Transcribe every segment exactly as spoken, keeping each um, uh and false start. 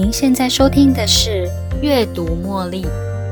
您现在收听的是阅读茉莉。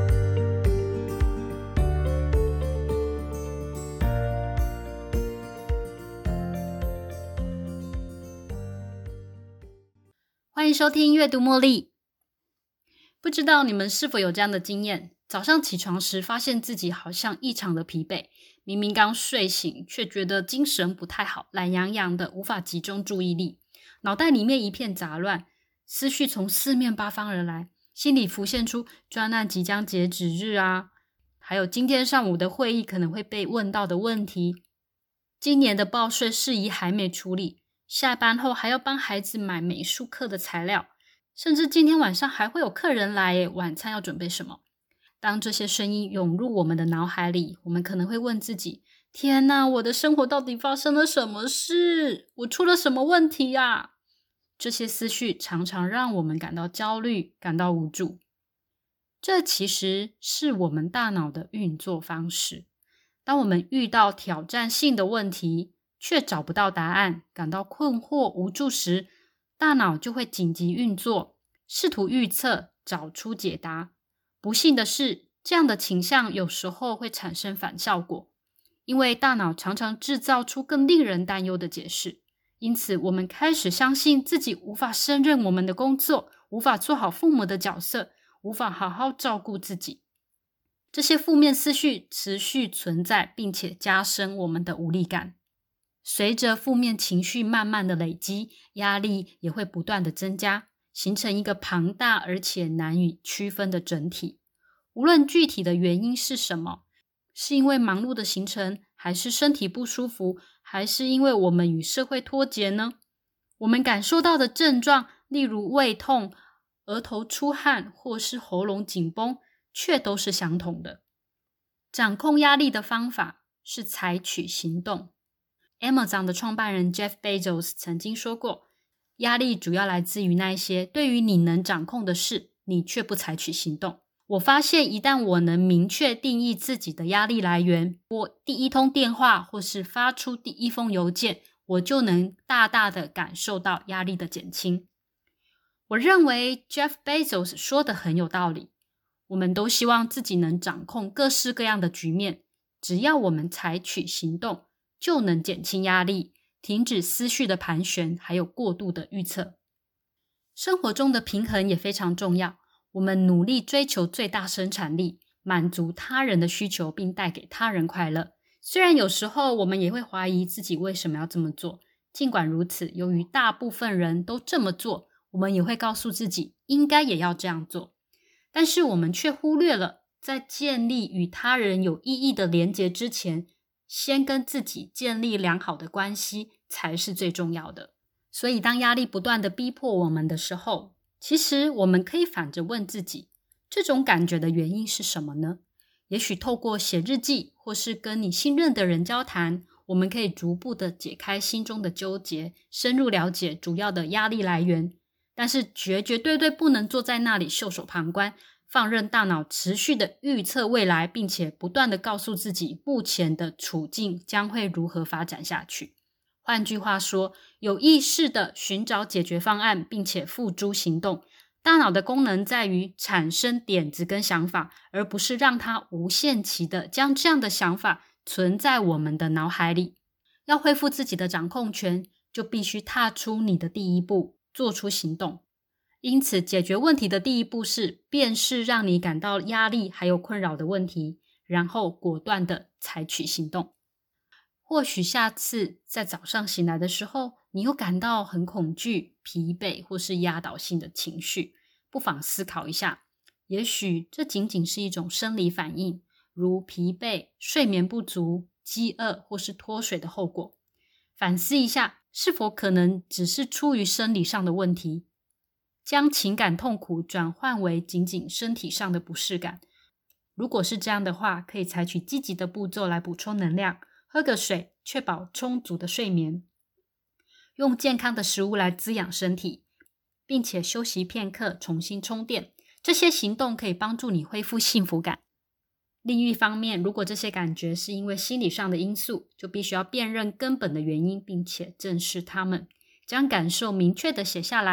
欢迎收听阅读茉莉。不知道你们是否有这样的经验，早上起床时发现自己好像异常的疲惫，明明刚睡醒，却觉得精神不太好，懒洋洋的，无法集中注意力，脑袋里面一片杂乱，思绪从四面八方而来，心里浮现出专案即将截止日啊，还有今天上午的会议可能会被问到的问题，今年的报税事宜还没处理，下班后还要帮孩子买美术课的材料，甚至今天晚上还会有客人来耶，晚餐要准备什么？当这些声音涌入我们的脑海里，我们可能会问自己，天哪，我的生活到底发生了什么事？我出了什么问题啊？这些思绪常常让我们感到焦虑，感到无助。这其实是我们大脑的运作方式。当我们遇到挑战性的问题，却找不到答案，感到困惑无助时，大脑就会紧急运作，试图预测，找出解答。不幸的是，这样的倾向有时候会产生反效果，因为大脑常常制造出更令人担忧的解释。因此，我们开始相信自己无法胜任我们的工作，无法做好父母的角色，无法好好照顾自己。这些负面思绪持续存在，并且加深我们的无力感。随着负面情绪慢慢的累积，压力也会不断的增加，形成一个庞大而且难以区分的整体。无论具体的原因是什么，是因为忙碌的行程，还是身体不舒服，还是因为我们与社会脱节呢？我们感受到的症状，例如胃痛、额头出汗或是喉咙紧绷，却都是相同的。掌控压力的方法是采取行动。Amazon 的创办人 Jeff Bezos 曾经说过，压力主要来自于那些对于你能掌控的事，你却不采取行动。我发现一旦我能明确定义自己的压力来源，拨第一通电话或是发出第一封邮件，我就能大大的感受到压力的减轻。我认为 Jeff Bezos 说的很有道理，我们都希望自己能掌控各式各样的局面，只要我们采取行动，就能减轻压力，停止思绪的盘旋，还有过度的预测。生活中的平衡也非常重要，我们努力追求最大生产力，满足他人的需求，并带给他人快乐。虽然有时候我们也会怀疑自己为什么要这么做，尽管如此，由于大部分人都这么做，我们也会告诉自己应该也要这样做。但是我们却忽略了，在建立与他人有意义的连结之前，先跟自己建立良好的关系才是最重要的。所以当压力不断的逼迫我们的时候，其实我们可以反着问自己，这种感觉的原因是什么呢？也许透过写日记，或是跟你信任的人交谈，我们可以逐步的解开心中的纠结，深入了解主要的压力来源。但是绝绝对对不能坐在那里袖手旁观，放任大脑持续的预测未来，并且不断的告诉自己目前的处境将会如何发展下去。换句话说，有意识的寻找解决方案，并且付诸行动。大脑的功能在于产生点子跟想法，而不是让它无限期的将这样的想法存在我们的脑海里。要恢复自己的掌控权，就必须踏出你的第一步，做出行动。因此，解决问题的第一步是辨识让你感到压力还有困扰的问题，然后果断的采取行动。或许下次在早上醒来的时候，你又感到很恐惧、疲惫或是压倒性的情绪，不妨思考一下，也许这仅仅是一种生理反应，如疲惫、睡眠不足、饥饿或是脱水的后果。反思一下，是否可能只是出于生理上的问题，将情感痛苦转换为仅仅身体上的不适感。如果是这样的话，可以采取积极的步骤来补充能量，喝个水，确保充足的睡眠，用健康的食物来滋养身体，并且休息片刻，重新充电。这些行动可以帮助你恢复幸福感。另一方面，如果这些感觉是因为心理上的因素，就必须要辨认根本的原因，并且正视它们，将感受明确地写下来，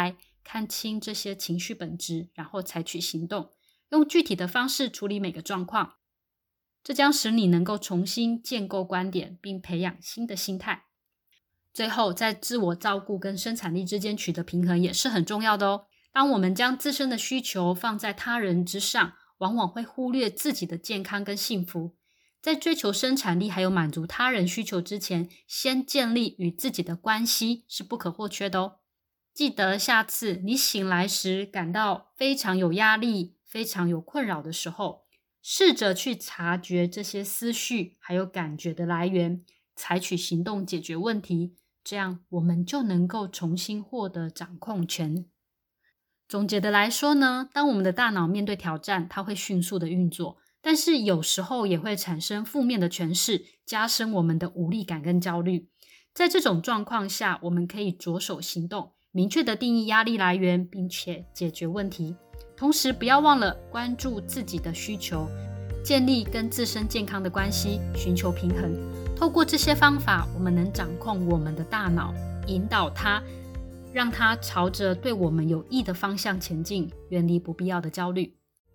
看清这些情绪本质，然后采取行动，用具体的方式处理每个状况。这将使你能够重新建构观点，并培养新的心态。最后，在自我照顾跟生产力之间取得平衡也是很重要的哦。当我们将自身的需求放在他人之上，往往会忽略自己的健康跟幸福。在追求生产力还有满足他人需求之前，先建立与自己的关系是不可或缺的哦。记得下次你醒来时感到非常有压力、非常有困扰的时候，试着去察觉这些思绪还有感觉的来源，采取行动解决问题，这样我们就能够重新获得掌控权。总结的来说呢，当我们的大脑面对挑战，它会迅速的运作，但是有时候也会产生负面的诠释，加深我们的无力感跟焦虑。在这种状况下，我们可以着手行动，明确的定义压力来源，并且解决问题。同时不要忘了关注自己的需求，建立跟自身健康的关系，寻求平衡。透过这些方法，我们能掌控我们的大脑，引导它，让它朝着对我们有益的方向前进，远离不必要的焦虑。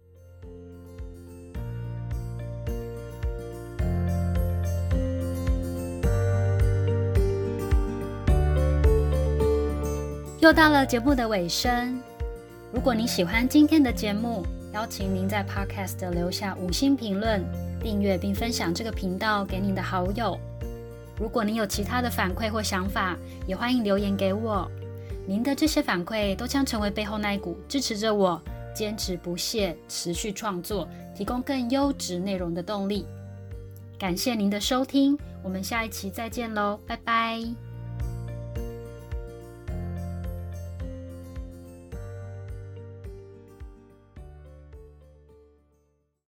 又到了节目的尾声，如果你喜欢今天的节目，邀请您在 Podcast 留下五星评论，订阅并分享这个频道给您的好友。如果您有其他的反馈或想法，也欢迎留言给我。您的这些反馈都将成为背后那一股支持着我坚持不懈、持续创作、提供更优质内容的动力。感谢您的收听，我们下一期再见喽，拜拜。